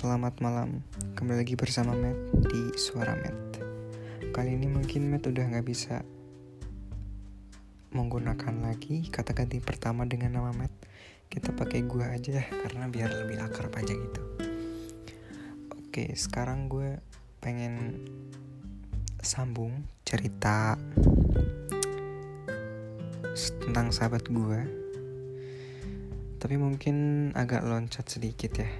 Selamat malam, kembali lagi bersama Matt di Suara Matt. Kali ini mungkin Matt udah gak bisa menggunakan lagi kata ganti pertama dengan nama Matt. Kita pakai gue aja karena biar lebih akrab aja gitu. Oke, sekarang gue pengen sambung cerita tentang sahabat gue. Tapi mungkin agak loncat sedikit ya.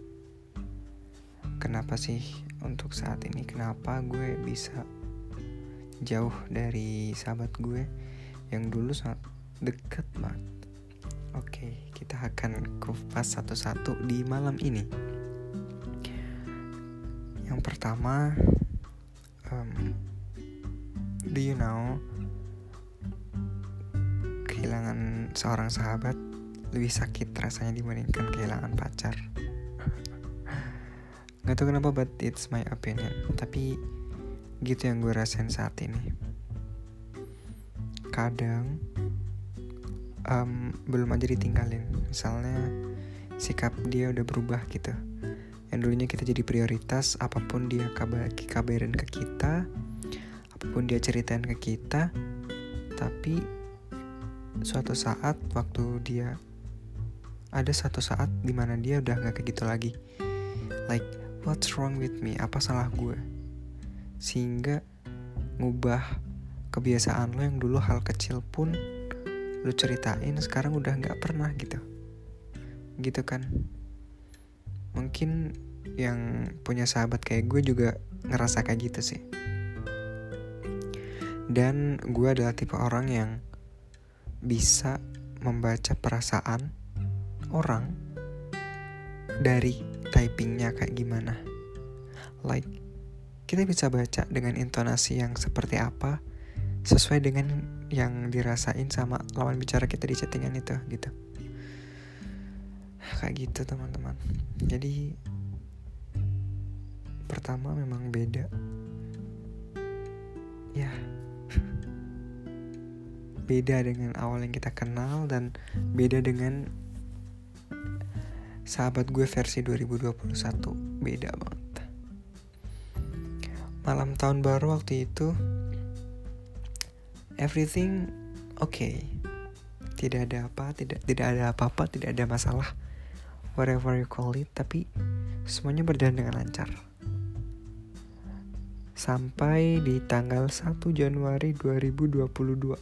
Kenapa sih untuk saat ini, kenapa gue bisa jauh dari sahabat gue yang dulu sangat dekat banget. Oke, kita akan kupas satu-satu di malam ini. Yang pertama, do you know, kehilangan seorang sahabat lebih sakit rasanya dibandingkan kehilangan pacar. Gak tau kenapa, but it's my opinion. Tapi gitu yang gue rasain saat ini. Kadang belum aja ditinggalin. Misalnya sikap dia udah berubah gitu. Yang dulunya kita jadi prioritas, apapun dia kabarin ke kita, apapun dia ceritain ke kita. Tapi suatu saat ada satu saat dimana dia udah gak kayak gitu lagi. Like, what's wrong with me? Apa salah gue? Sehingga ngubah kebiasaan lo yang dulu hal kecil pun lo ceritain, sekarang udah gak pernah gitu. Gitu kan? Mungkin yang punya sahabat kayak gue juga ngerasa kayak gitu sih. Dan gue adalah tipe orang yang bisa membaca perasaan orang dari typingnya kayak gimana. Like, kita bisa baca dengan intonasi yang seperti apa sesuai dengan yang dirasain sama lawan bicara kita di chattingan itu gitu. Kayak gitu teman-teman. Jadi pertama memang beda. Ya, beda dengan awal yang kita kenal dan beda dengan sahabat gue versi 2021. Beda banget. Malam tahun baru waktu itu, everything okay. Tidak ada apa-apa, tidak ada masalah, whatever you call it. Tapi semuanya berjalan dengan lancar. Sampai di tanggal 1 Januari 2022.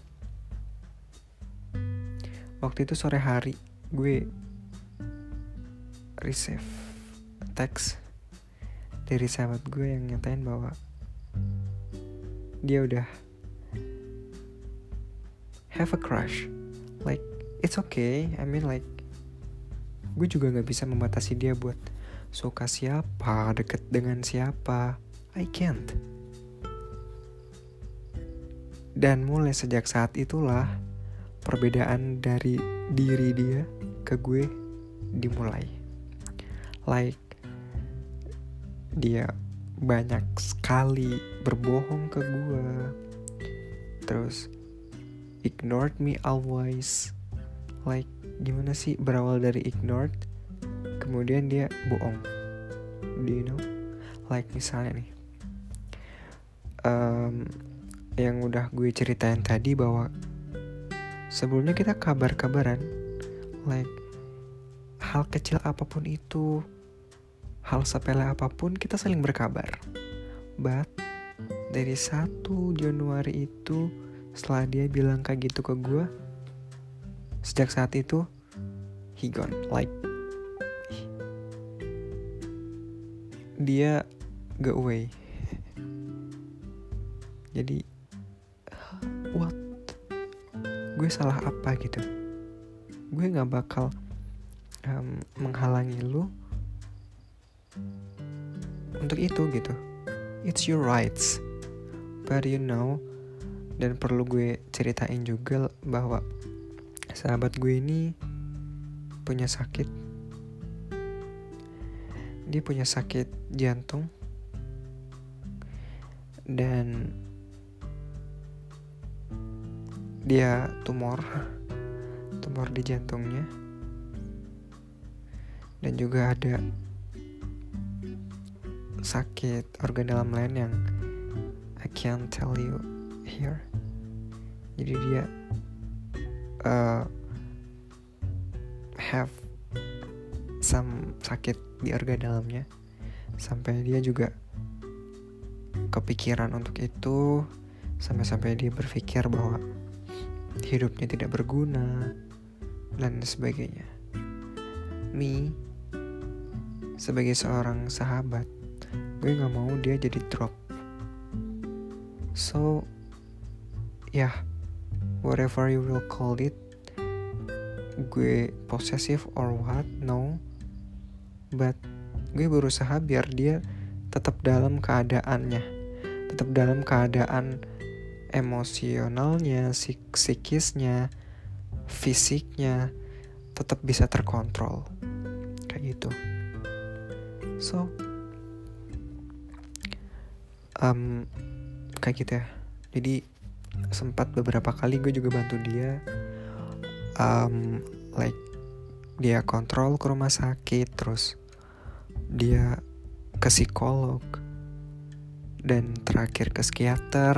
Waktu itu sore hari, gue receive teks dari sahabat gue yang nyatain bahwa dia udah have a crush. Like, it's okay. I mean like, gue juga gak bisa membatasi dia buat suka siapa, deket dengan siapa. I can't. Dan mulai sejak saat itulah perbedaan dari diri dia ke gue dimulai. Like, dia banyak sekali berbohong ke gue, terus ignored me always. Like, gimana sih berawal dari ignored, kemudian dia bohong. Do you know? Like misalnya nih, yang udah gue ceritain tadi bahwa sebelumnya kita kabar-kabaran. Like, hal kecil apapun itu, hal sepele apapun, kita saling berkabar. But dari 1 Januari itu, setelah dia bilang kayak gitu ke gue, sejak saat itu he gone. Like, dia go away. Jadi what? Gue salah apa gitu? Gue gak bakal menghalangi lu untuk itu gitu. It's your rights. But you know, dan perlu gue ceritain juga bahwa sahabat gue ini punya sakit. Dia punya sakit jantung. Dan dia tumor di jantungnya. Dan juga ada sakit organ dalam lain yang I can't tell you here. Jadi dia have some sakit di organ dalamnya, sampai dia juga kepikiran untuk itu, sampai dia berpikir bahwa hidupnya tidak berguna dan sebagainya. Me, sebagai seorang sahabat, gue gak mau dia jadi drop. So, yeah, whatever you will call it, gue possessive or what, no. But gue berusaha biar dia tetap dalam keadaannya, tetap dalam keadaan emosionalnya, psikisnya, fisiknya, tetap bisa terkontrol. Kayak gitu. So, kayak gitu ya. Jadi sempat beberapa kali gue juga bantu dia, like dia kontrol ke rumah sakit, terus dia ke psikolog, dan terakhir ke psikiater.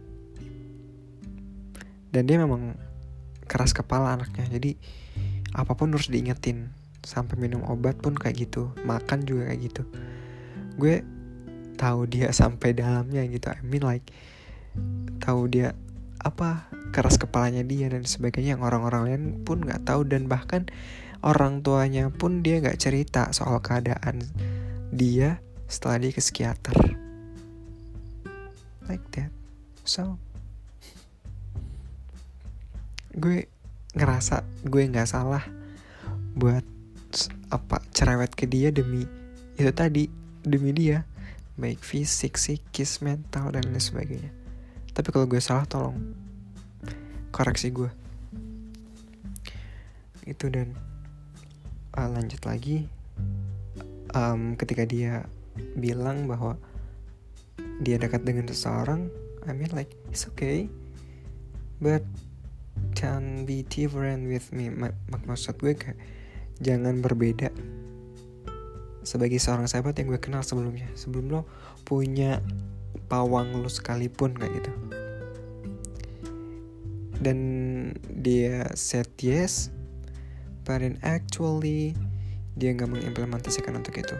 Dan dia memang keras kepala anaknya, jadi apapun harus diingetin. Sampai minum obat pun kayak gitu, makan juga kayak gitu. Gue tahu dia sampai dalamnya gitu. I mean like tahu dia apa keras kepalanya dia dan sebagainya, yang orang-orang lain pun nggak tahu, dan bahkan orang tuanya pun dia nggak cerita soal keadaan dia setelah dia ke psikiater. Like that. So, gue ngerasa gue nggak salah buat cerewet ke dia demi itu tadi, demi dia, baik fisik, psikis, mental dan lain sebagainya. Tapi kalau gue salah, tolong koreksi gue. Itu. Dan lanjut lagi, ketika dia bilang bahwa dia dekat dengan seseorang, I mean like it's okay, but can be different with me. Maksud gue kayak jangan berbeda sebagai seorang sahabat yang gue kenal sebelumnya, sebelum lo punya pawang lo sekalipun kayak gitu. Dan dia said yes, but then actually dia gak mengimplementasikan untuk itu.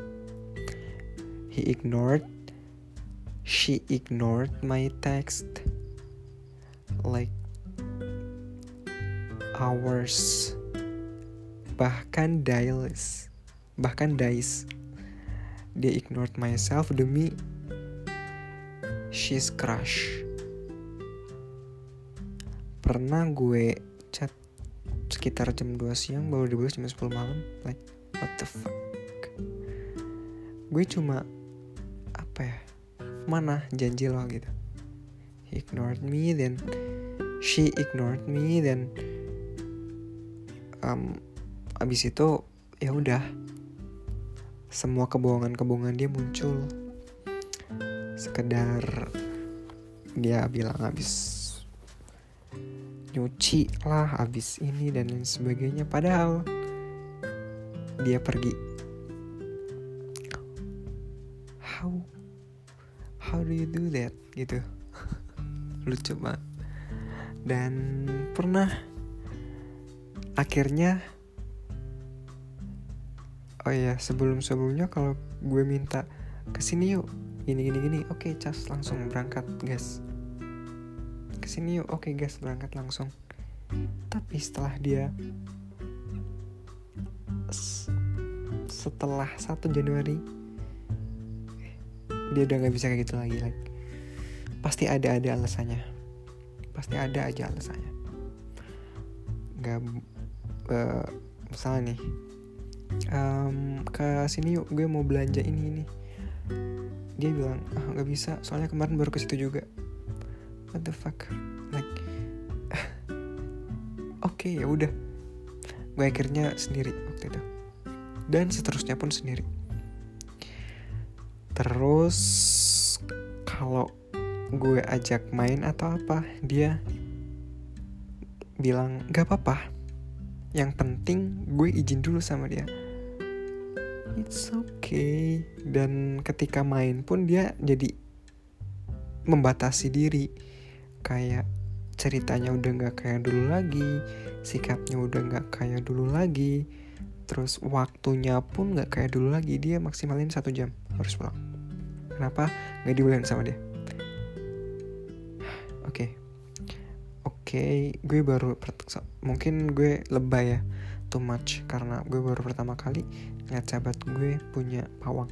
She ignored my text like hours, bahkan days. Dia ignored myself demi she's crush. Pernah gue chat sekitar jam 2 siang, baru dibalas jam 10 malam. Like what the fuck. Gue cuma mana janji lo gitu. He ignored me, then she ignored me, then abis itu ya udah, semua kebohongan dia muncul. Sekedar dia bilang habis nyuci lah, habis ini dan lain sebagainya, padahal dia pergi. How do you do that gitu. Lucu banget. Dan pernah akhirnya, oh iya, sebelumnya kalau gue minta kesini yuk, gini, oke, cas, langsung berangkat, gas. Kesini yuk, oke, gas, berangkat langsung. Tapi setelah dia setelah 1 Januari dia udah gak bisa kayak gitu lagi. Like, pasti ada alasannya. Pasti ada aja alasannya. Gak misalnya nih, ke sini yuk, gue mau belanja ini. Dia bilang gak bisa, soalnya kemarin baru ke situ juga. What the fuck. Like oke, ya udah. Gue akhirnya sendiri waktu itu. Dan seterusnya pun sendiri. Terus kalau gue ajak main atau apa, dia bilang gak apa-apa, yang penting gue izin dulu sama dia. it's okay. Dan ketika main pun dia jadi membatasi diri, kayak ceritanya udah gak kayak dulu lagi, sikapnya udah gak kayak dulu lagi, terus waktunya pun gak kayak dulu lagi. Dia maksimalin 1 jam harus pulang. Kenapa gak dibolehin sama dia? Oke, gue baru mungkin gue lebay ya, too much, karena gue baru pertama kali ngeliat sahabat gue punya pawang.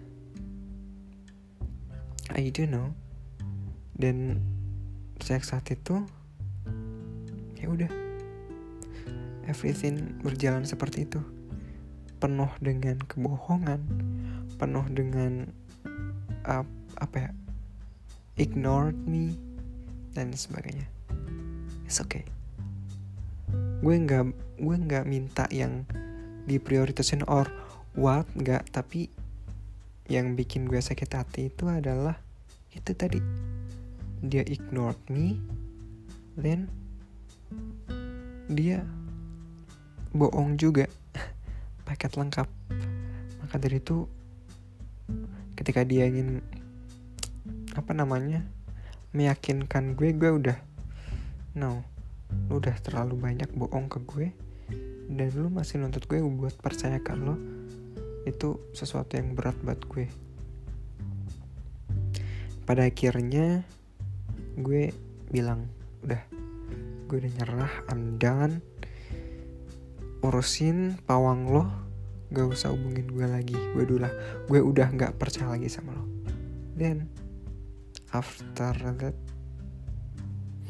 I don't know. Dan sejak saat itu ya udah, everything berjalan seperti itu, penuh dengan kebohongan, penuh dengan ignored me dan sebagainya. It's okay. Gue nggak minta yang diprioritasin or what, nggak. Tapi yang bikin gue sakit hati itu adalah itu tadi, dia ignored me, then dia bohong juga. Paket lengkap. Maka dari itu, ketika dia ingin meyakinkan gue udah no, lu udah terlalu banyak bohong ke gue, dan lu masih nuntut gue buat percayakan lo. Itu sesuatu yang berat buat gue. Pada akhirnya gue bilang, udah, gue udah nyerah, I'm done. Urusin pawang lo, gak usah hubungin gue lagi. Gue udah gak percaya lagi sama lo. Then after that,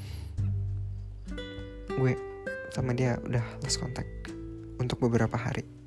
gue sama dia udah lost contact untuk beberapa hari.